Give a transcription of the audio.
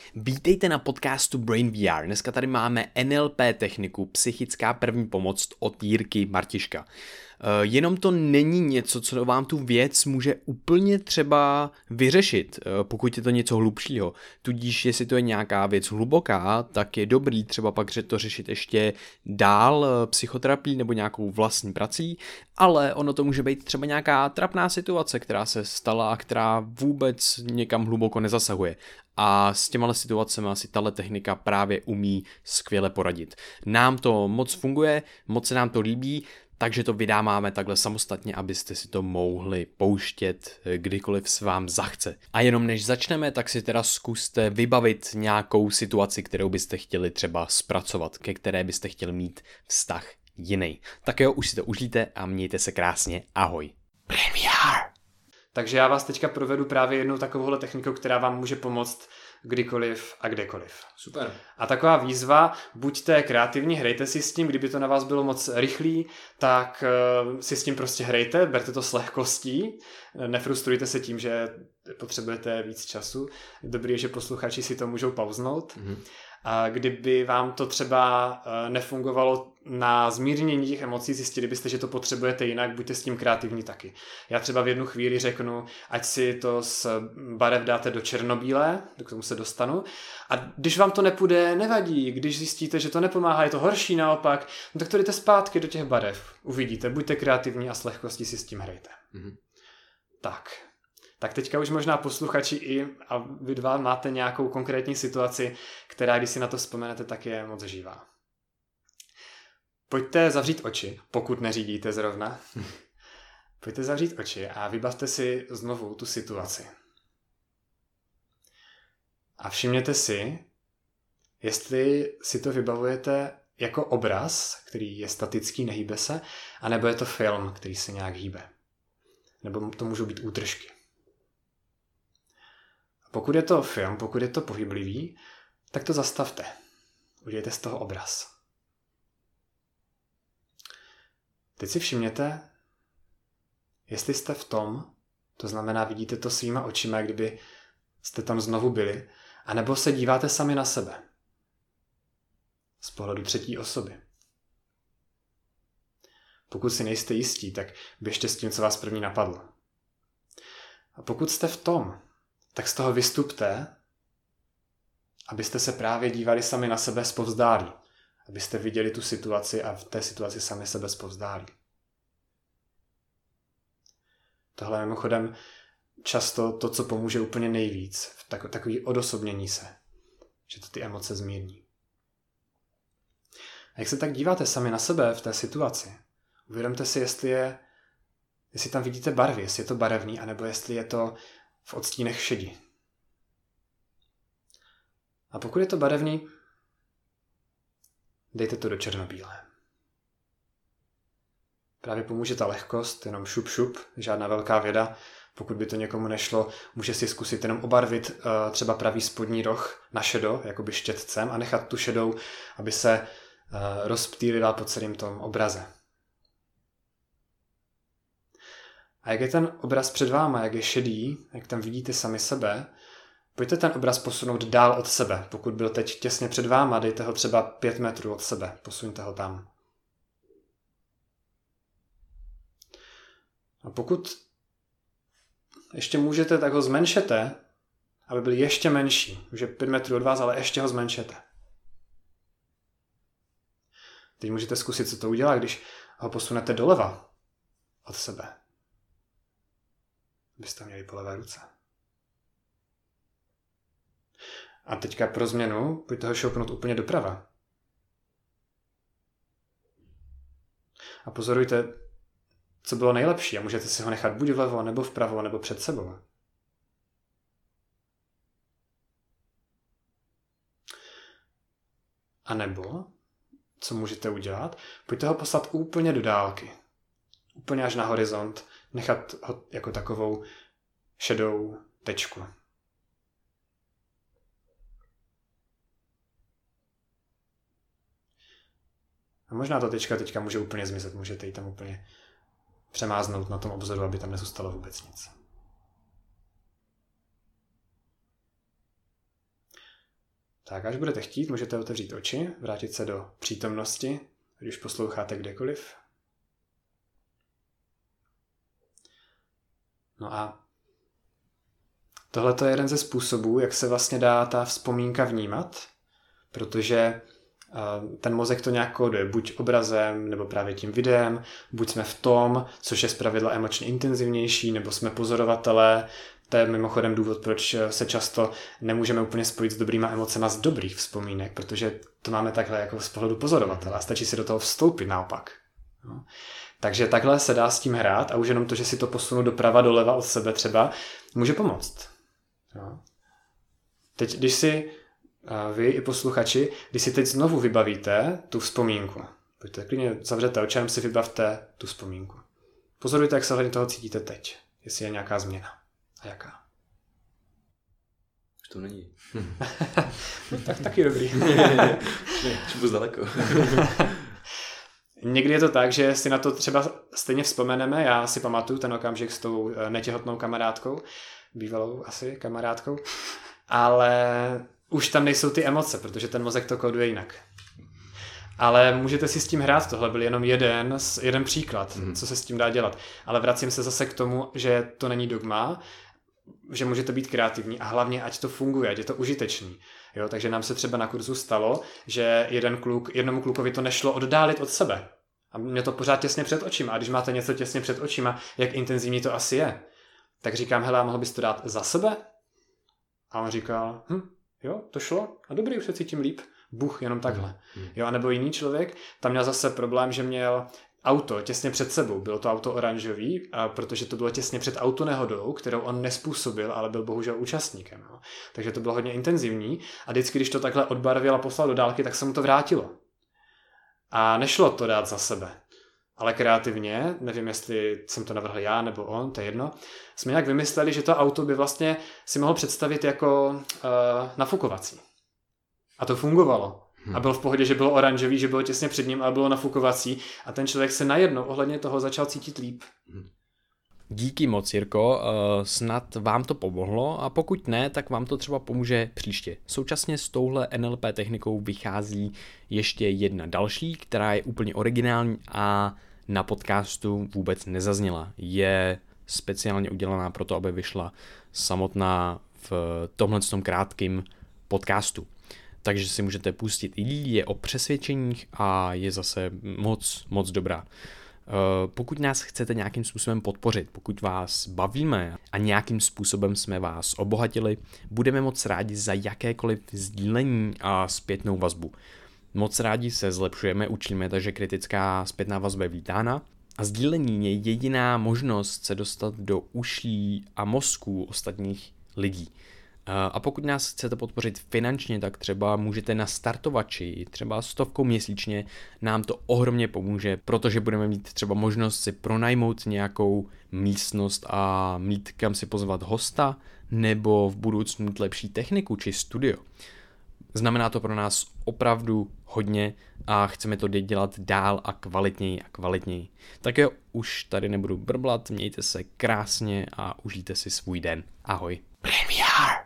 Vítejte na podcastu Brain VR. Dneska tady máme NLP techniku, psychická první pomoc od Jirky Martiška. Jenom to není něco, co vám tu věc může úplně třeba vyřešit, pokud je to něco hlubšího. Tudíž, jestli to je nějaká věc hluboká, tak je dobrý třeba pak to řešit ještě dál psychoterapií nebo nějakou vlastní prací, ale ono to může být třeba nějaká trapná situace, která se stala a která vůbec někam hluboko nezasahuje. A s těma situacemi asi tahle technika právě umí skvěle poradit. Nám to moc funguje, moc se nám to líbí, takže to vydáváme takhle samostatně, abyste si to mohli pouštět kdykoliv s vám zachce. A jenom než začneme, tak si teda zkuste vybavit nějakou situaci, kterou byste chtěli třeba zpracovat, ke které byste chtěli mít vztah jiný. Tak jo, už si to užijte a mějte se krásně. Ahoj. Brain VR. Takže já vás teďka provedu právě jednou takovouhle technikou, která vám může pomoct kdykoliv a kdekoliv. Super. A taková výzva, buďte kreativní, hrajte si s tím, kdyby to na vás bylo moc rychlý, tak si s tím prostě hrajte, berte to s lehkostí, nefrustrujte se tím, že potřebujete víc času. Dobrý je, že posluchači si to můžou pauznout. A kdyby vám to třeba nefungovalo na zmírnění těch emocí, zjistili byste, že to potřebujete jinak, buďte s tím kreativní taky. Já třeba v jednu chvíli řeknu, ať si to z barev dáte do černobílé, k tomu se dostanu, a když vám to nepůjde, nevadí, když zjistíte, že to nepomáhá, je to horší naopak, no tak to jdete zpátky do těch barev. Uvidíte, buďte kreativní a s lehkostí si s tím hrajte. Tak teďka už možná posluchači a vy dva máte nějakou konkrétní situaci, která, když si na to vzpomenete, tak je moc živá. Pojďte zavřít oči, pokud neřídíte zrovna. Pojďte zavřít oči a vybavte si znovu tu situaci. A všimněte si, jestli si to vybavujete jako obraz, který je statický, nehýbe se, anebo je to film, který se nějak hýbe. Nebo to můžou být útržky. Pokud je to film, pokud je to pohyblivý, tak to zastavte. Udělejte z toho obraz. Teď si všimněte, jestli jste v tom, to znamená vidíte to svýma očima, jak kdyby jste tam znovu byli, anebo se díváte sami na sebe. Z pohledu třetí osoby. Pokud si nejste jistí, tak běžte s tím, co vás první napadlo. A pokud jste v tom, tak z toho vystupte, abyste se právě dívali sami na sebe zpovzdálí. Abyste viděli tu situaci a v té situaci sami sebe zpovzdálí. Tohle je mimochodem často to, co pomůže úplně nejvíc. V takový odosobnění se. Že to ty emoce zmírní. A jak se tak díváte sami na sebe v té situaci, uvědomte si, jestli tam vidíte barvy, jestli je to barevný, anebo jestli je to v odstínech šedi. A pokud je to barevný, dejte to do černobílé. Právě pomůže ta lehkost, jenom šup, žádná velká věda. Pokud by to někomu nešlo, může si zkusit jenom obarvit třeba pravý spodní roh na šedo, jakoby štětcem, a nechat tu šedou, aby se rozptýlila po celém tom obraze. A jak je ten obraz před váma, jak je šedý, jak tam vidíte sami sebe, pojďte ten obraz posunout dál od sebe. Pokud byl teď těsně před váma, dejte ho třeba 5 metrů od sebe, posuňte ho tam. A pokud ještě můžete, tak ho zmenšete, aby byl ještě menší. Už je 5 metrů od vás, ale ještě ho zmenšete. Teď můžete zkusit, co to udělá, když ho posunete doleva od sebe. Byste měli po levé ruce. A teďka pro změnu pojďte ho šoupnout úplně doprava. A pozorujte, co bylo nejlepší, a můžete si ho nechat buď vlevo, nebo vpravo, nebo před sebou. A nebo, co můžete udělat, pojďte ho poslat úplně do dálky. Úplně až na horizont, nechat ho jako takovou šedou tečku. A možná ta tečka teďka může úplně zmizet, můžete ji tam úplně přemáznout na tom obzoru, aby tam nezůstalo vůbec nic. Tak až budete chtít, můžete otevřít oči, vrátit se do přítomnosti, když posloucháte kdekoliv. No a tohle je jeden ze způsobů, jak se vlastně dá ta vzpomínka vnímat, protože ten mozek to nějak kóduje, buď obrazem, nebo právě tím videem, buď jsme v tom, což je zpravidla emočně intenzivnější, nebo jsme pozorovatelé. To je mimochodem důvod, proč se často nemůžeme úplně spojit s dobrýma emocema z dobrých vzpomínek, protože to máme takhle jako z pohledu pozorovatele a stačí si do toho vstoupit naopak. No. Takže takhle se dá s tím hrát a už jenom to, že si to posunu doprava, doleva od sebe třeba, může pomoct. No. Teď, když si vy i posluchači, když si teď znovu vybavíte tu vzpomínku, pojďte klidně zavřete oči a si vybavte tu vzpomínku. Pozorujte, jak se hledně toho cítíte teď, jestli je nějaká změna. A jaká? Už to není. Tak taky dobrý. Už daleko. Někdy je to tak, že si na to třeba stejně vzpomeneme. Já si pamatuju ten okamžik s tou netěhotnou kamarádkou, bývalou asi kamarádkou, ale už tam nejsou ty emoce, protože ten mozek to kóduje jinak. Ale můžete si s tím hrát, tohle byl jenom jeden příklad, co se s tím dá dělat. Ale vracím se zase k tomu, že to není dogma, že můžete být kreativní a hlavně ať to funguje, ať je to užitečný. Jo, takže nám se třeba na kurzu stalo, že jednomu klukovi to nešlo oddálit od sebe. A mě to pořád těsně před očima. A když máte něco těsně před očima, jak intenzivní to asi je, tak říkám, hele, mohl bys to dát za sebe? A on říkal, jo, to šlo a dobrý, už se cítím líp. Buch, jenom takhle. Jo, a nebo jiný člověk, tam měl zase problém, že měl auto těsně před sebou. Bylo to auto oranžový, protože to bylo těsně před autonehodou, kterou on nespůsobil, ale byl bohužel účastníkem. Jo. Takže to bylo hodně intenzivní a vždycky, když to takhle odbarvil a poslal do dálky, tak se mu to vrátilo. A nešlo to dát za sebe. Ale kreativně, nevím, jestli jsem to navrhl já nebo on, to je jedno, jsme nějak vymysleli, že to auto by vlastně si mohl představit jako nafukovací. A to fungovalo. A bylo v pohodě, že bylo oranžový, že bylo těsně před ním, ale bylo nafukovací a ten člověk se najednou ohledně toho začal cítit líp. Díky moc, Jirko, snad vám to pomohlo a pokud ne, tak vám to třeba pomůže příště. Současně s touhle NLP technikou vychází ještě jedna další, která je úplně originální a na podcastu vůbec nezazněla. Je speciálně udělaná proto, aby vyšla samotná v tomhletom krátkém podcastu. Takže si můžete pustit i je o přesvědčeních a je zase moc dobrá. Pokud nás chcete nějakým způsobem podpořit, pokud vás bavíme a nějakým způsobem jsme vás obohatili, budeme moc rádi za jakékoliv sdílení a zpětnou vazbu. Moc rádi se zlepšujeme, učíme, takže kritická zpětná vazba je vítána. A sdílení je jediná možnost se dostat do uší a mozků ostatních lidí. A pokud nás chcete podpořit finančně, tak třeba můžete na startovači, třeba 100 měsíčně, nám to ohromně pomůže, protože budeme mít třeba možnost si pronajmout nějakou místnost a mít kam si pozvat hosta, nebo v budoucnu mít lepší techniku či studio. Znamená to pro nás opravdu hodně a chceme to dělat dál a kvalitněji. Tak jo, už tady nebudu brblat, mějte se krásně a užijte si svůj den. Ahoj. Brain VR.